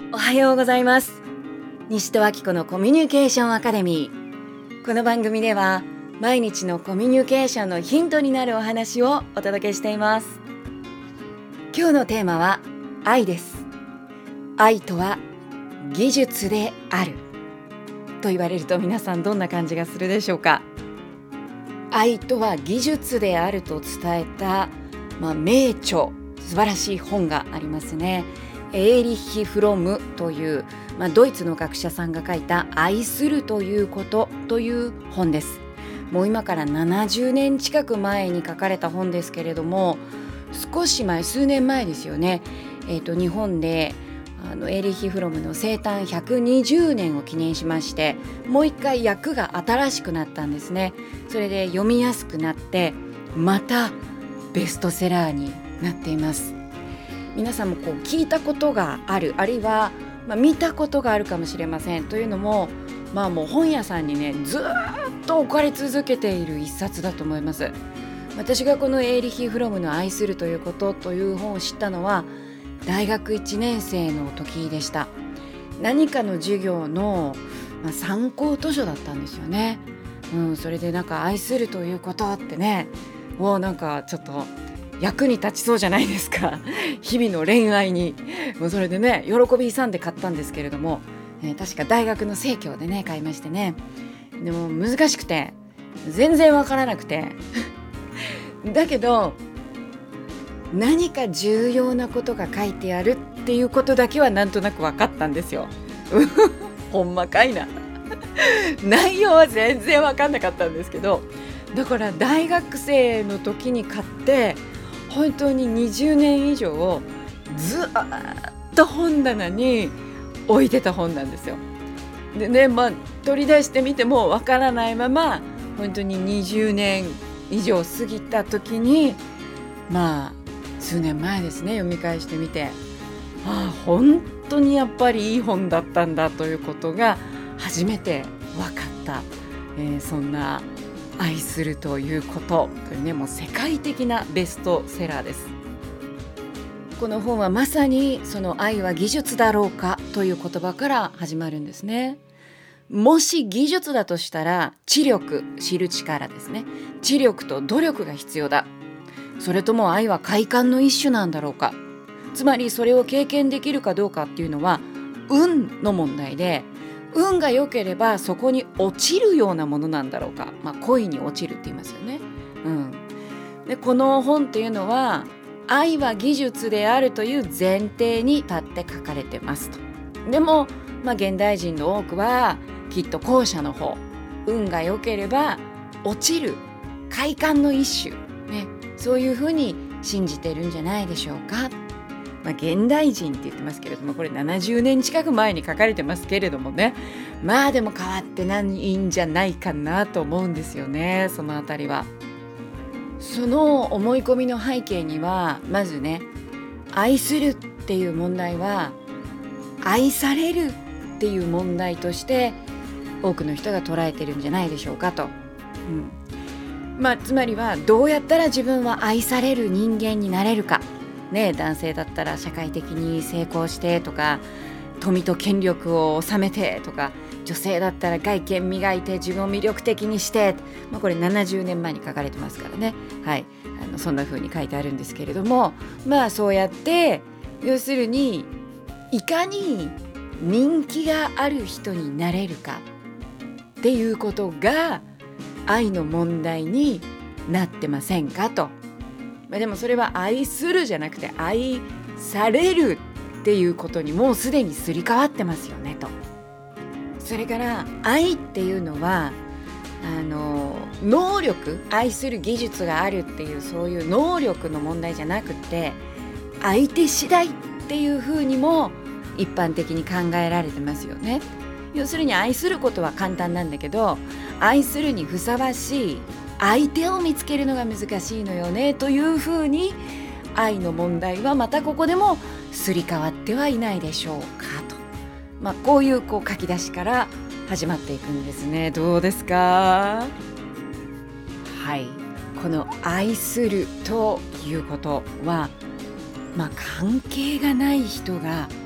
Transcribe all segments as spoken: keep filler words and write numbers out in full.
おはようございます。西戸明子のコミュニケーションアカデミー。この番組では毎日のコミュニケーションのヒントになるお話をお届けしています。今日のテーマは愛です。愛とは技術であると言われると皆さんどんな感じがするでしょうか。愛とは技術であると伝えた、まあ、名著素晴らしい本がありますね。エーリッヒ・フロムという、まあ、ドイツの学者さんが書いた愛するということという本です。もう今からななじゅうねん近く前に書かれた本ですけれども、少し前数年前ですよね、えーと、日本であのエーリッヒ・フロムの生誕ひゃくにじゅうねんを記念しまして、もう一回訳が新しくなったんですね。それで読みやすくなってまたベストセラーになっています。皆さんもこう聞いたことがある、あるいは、まあ、見たことがあるかもしれません。というのも、まあ、もう本屋さんにねずっと置かれ続けている一冊だと思います。私がこのエーリッヒ・フロムの愛するということという本を知ったのは大学いちねん生の時でした。何かの授業の、まあ、参考図書だったんですよね、うん、それでなんか愛するということってね、もうなんかちょっと役に立ちそうじゃないですか日々の恋愛に。もうそれでね喜び勇んで買ったんですけれども、えー、確か大学の生協でね買いましてね。でも難しくて全然わからなくてだけど何か重要なことが書いてあるっていうことだけはなんとなく分かったんですよほんまかいな内容は全然分かんなかったんですけど、だから大学生の時に買って本当ににじゅうねん以上ずっと本棚に置いてた本なんですよ。でね、まあ取り出してみても分からないまま本当ににじゅうねん以上過ぎた時に、まあ数年前ですね、読み返してみて、ああ本当にやっぱりいい本だったんだということが初めて分かった、えー、そんな愛するということというね、もう世界的なベストセラーです。この本はまさにその愛は技術だろうかという言葉から始まるんですね。もし技術だとしたら知力、知る力ですね。知力と努力が必要だ。それとも愛は快感の一種なんだろうか。つまりそれを経験できるかどうかっていうのは運の問題で、運が良ければそこに落ちるようなものなんだろうか。まあ恋に落ちるって言いますよね、うん、でこの本っていうのは愛は技術であるという前提に立って書かれてますと。でも、まあ、現代人の多くはきっと後者の方、運が良ければ落ちる快感の一種、ね、そういうふうに信じてるんじゃないでしょうか。まあ、現代人って言ってますけれども、これななじゅうねん近く前に書かれてますけれどもね、まあでも変わってないんじゃないかなと思うんですよね。そのあたりは、その思い込みの背景にはまずね、愛するっていう問題は愛されるっていう問題として多くの人が捉えてるんじゃないでしょうかと、うんまあ、つまりはどうやったら自分は愛される人間になれるか、ね、男性だったら社会的に成功してとか、富と権力を収めてとか、女性だったら外見磨いて自分を魅力的にして、まあ、これななじゅうねんまえに書かれてますからね、はい、あのそんな風に書いてあるんですけれども、まあそうやって要するにいかに人気がある人になれるかっていうことが愛の問題になってませんかと。まあ、でもそれは愛するじゃなくて愛されるっていうことにもうすでにすり替わってますよねと。それから愛っていうのはあの能力、愛する技術があるっていうそういう能力の問題じゃなくて、相手次第っていうふうにも一般的に考えられてますよね。要するに愛することは簡単なんだけど、愛するにふさわしい相手を見つけるのが難しいのよねというふうに、愛の問題はまたここでもすり替わってはいないでしょうかと、まあ、こういう、こう書き出しから始まっていくんですね。どうですか。はい、この愛するということは、まあ、関係がない人が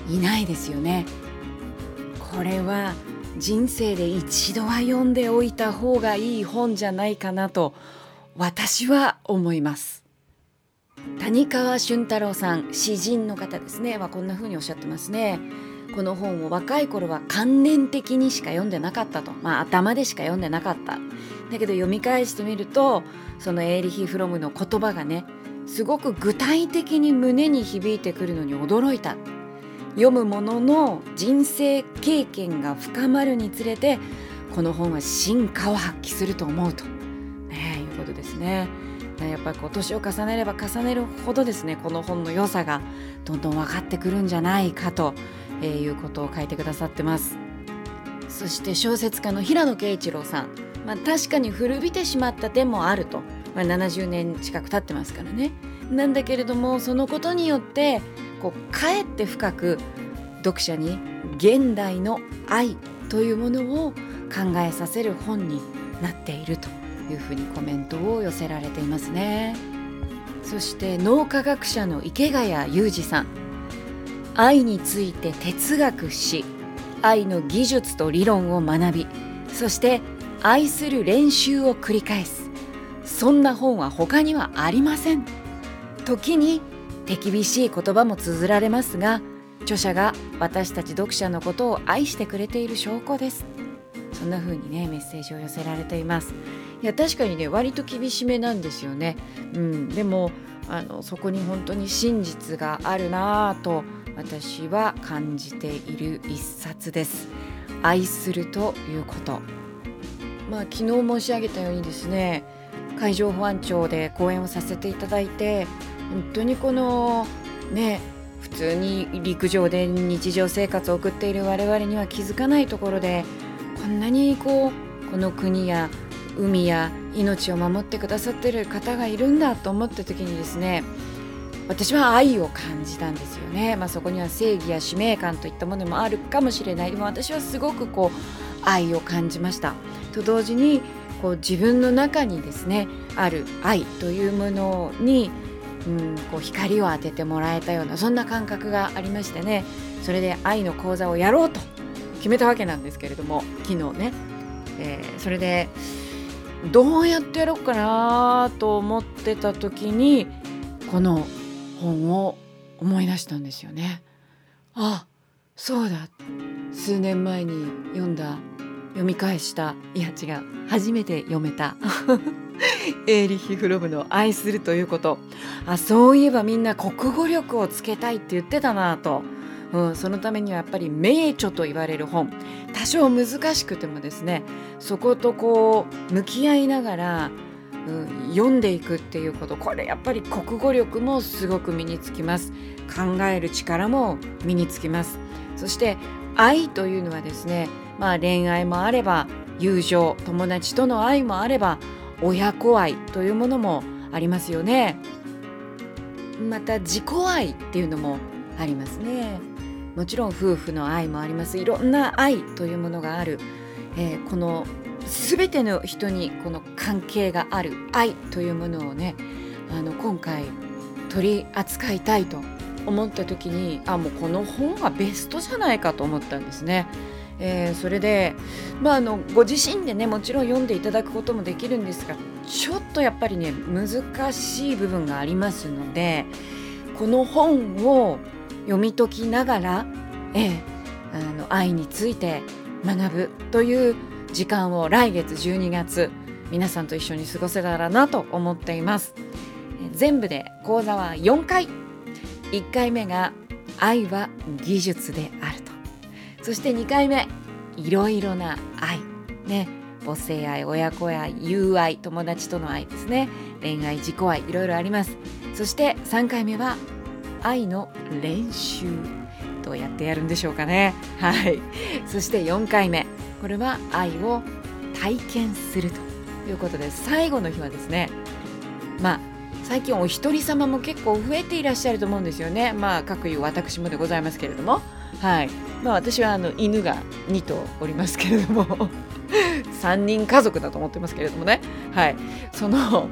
いないですよね。これは人生で一度は読んでおいた方がいい本じゃないかなと私は思います。谷川俊太郎さん、詩人の方ですね、はこんな風におっしゃってますね。この本を若い頃は観念的にしか読んでなかったと、まあ頭でしか読んでなかった。だけど読み返してみると、そのエーリヒ・フロムの言葉がね、すごく具体的に胸に響いてくるのに驚いた。読むものの人生経験が深まるにつれて、この本は真価を発揮すると思うと、ね、いうことですね。やっぱりこう年を重ねれば重ねるほどですね、この本の良さがどんどん分かってくるんじゃないかということを書いてくださってます。そして小説家の平野啓一郎さん、まあ、確かに古びてしまった点もあると、まあ、ななじゅうねん近く経ってますからね。なんだけれども、そのことによってこうかえって深く読者に現代の愛というものを考えさせる本になっているというふうにコメントを寄せられていますね。そして脳科学者の池谷裕二さん、愛について哲学し、愛の技術と理論を学び、そして愛する練習を繰り返す、そんな本は他にはありません。時に手厳しい言葉も綴られますが、著者が私たち読者のことを愛してくれている証拠です。そんな風にね、メッセージを寄せられています。いや、確かにね、割と厳しめなんですよね。うん、でもあのそこに本当に真実があるなぁと私は感じている一冊です。愛するということ。まあ昨日申し上げたようにですね、海上保安庁で講演をさせていただいて、本当にこのね、普通に陸上で日常生活を送っている我々には気づかないところで、こんなにこうこの国や海や命を守ってくださっている方がいるんだと思った時にですね、私は愛を感じたんですよね。まあ、そこには正義や使命感といったものもあるかもしれない。でも私はすごくこう愛を感じました。と同時にこう自分の中にですねある愛というものに、うん、こう光を当ててもらえたような、そんな感覚がありましてね。それで愛の講座をやろうと決めたわけなんですけれども、昨日ね、えー、それでどうやってやろうかなと思ってた時にこの本を思い出したんですよね。あ、そうだ、数年前に読んだ、読み返した、いや違う、初めて読めたエーリッヒ・フロムの愛するということ。あ、そういえばみんな国語力をつけたいって言ってたなと、うん、そのためにはやっぱり名著と言われる本、多少難しくてもですね、そことこう向き合いながら、うん、読んでいくっていうこと、これやっぱり国語力もすごく身につきます。考える力も身につきます。そして愛というのはですね、まあ、恋愛もあれば友情、友達との愛もあれば親子愛というものもありますよね。また自己愛っていうのもありますね。もちろん夫婦の愛もあります。いろんな愛というものがある、えー、この全ての人にこの関係がある愛というものをね、あの今回取り扱いたいと思った時に、あ、もうこの本はベストじゃないかと思ったんですね。えー、それで、まあ、あのご自身でねもちろん読んでいただくこともできるんですが、ちょっとやっぱりね難しい部分がありますので、この本を読み解きながら、えー、あの愛について学ぶという時間を来月じゅうにがつ皆さんと一緒に過ごせたらなと思っています。全部で講座はよんかい。いっかいめが愛は技術であると、そしてにかいめいろいろな愛ね、母性愛、親子愛、友愛、友達との愛ですね、恋愛、自己愛、いろいろあります。そしてさんかいめは愛の練習、どうやってやるんでしょうかね。はい。そしてよんかいめ、これは愛を体験するということで、最後の日はですね、まあ最近お一人様も結構増えていらっしゃると思うんですよね。まあ各いう私もでございますけれども、はい。まあ私はあの犬がにとうおりますけれどもさんにん家族だと思ってますけれどもね、はい。その、うん、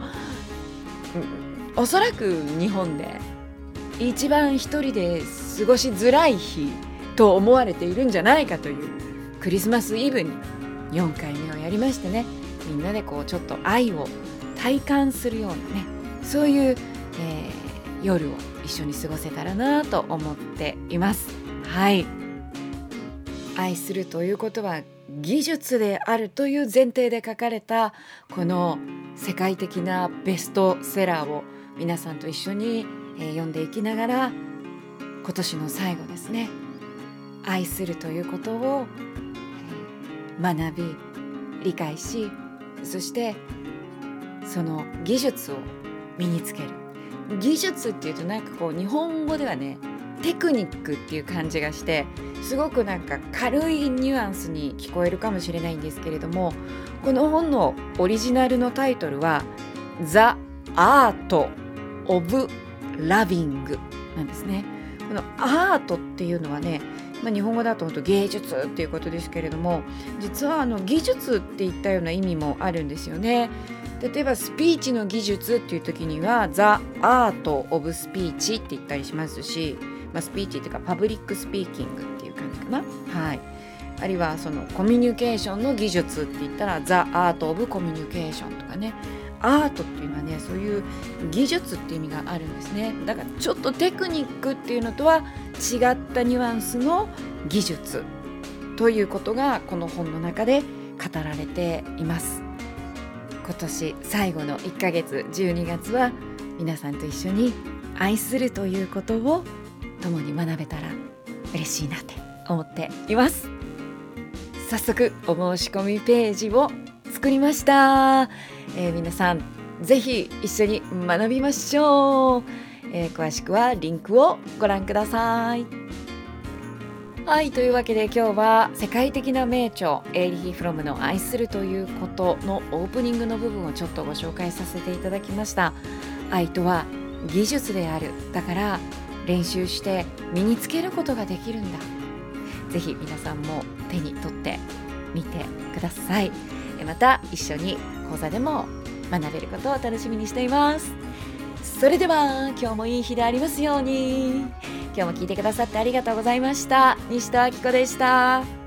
おそらく日本で一番一人で過ごしづらい日と思われているんじゃないかというクリスマスイブによんかいめをやりましてね、みんなでこうちょっと愛を体感するようなね、そういう、えー、夜を一緒に過ごせたらなと思っています。はい、愛するということは技術であるという前提で書かれたこの世界的なベストセラーを皆さんと一緒に、えー、読んでいきながら、今年の最後ですね、愛するということを、えー、学び理解し、そしてその技術を身につける。技術っていうとなんかこう日本語ではね、テクニックっていう感じがしてすごくなんか軽いニュアンスに聞こえるかもしれないんですけれども、この本のオリジナルのタイトルは The Art of Loving なんですね。このアートっていうのはね、まあ、日本語だと本当芸術っていうことですけれども、実はあの技術っていったような意味もあるんですよね。例えばスピーチの技術っていう時には The Art of Speech って言ったりしますし、まあ、スピーチっていうかパブリックスピーキングっていう感じかな。はい。あるいはそのコミュニケーションの技術って言ったら The Art of Communication とかね。アートっていうのはね、そういう技術っていう意味があるんですね。だからちょっとテクニックっていうのとは違ったニュアンスの技術ということがこの本の中で語られています。今年最後のいっかげつじゅうにがつは皆さんと一緒に愛するということを共に学べたら嬉しいなって思っています。早速お申し込みページを作りました。えー、皆さんぜひ一緒に学びましょう。えー、詳しくはリンクをご覧ください。はい、というわけで今日は世界的な名著エーリヒ・フロムの愛するということのオープニングの部分をちょっとご紹介させていただきました。愛とは技術である。だから練習して身につけることができるんだ。ぜひ皆さんも手に取ってみてください。また一緒に講座でも学べることを楽しみにしています。それでは今日もいい日でありますように。今日も聞いてくださってありがとうございました。西戸明子でした。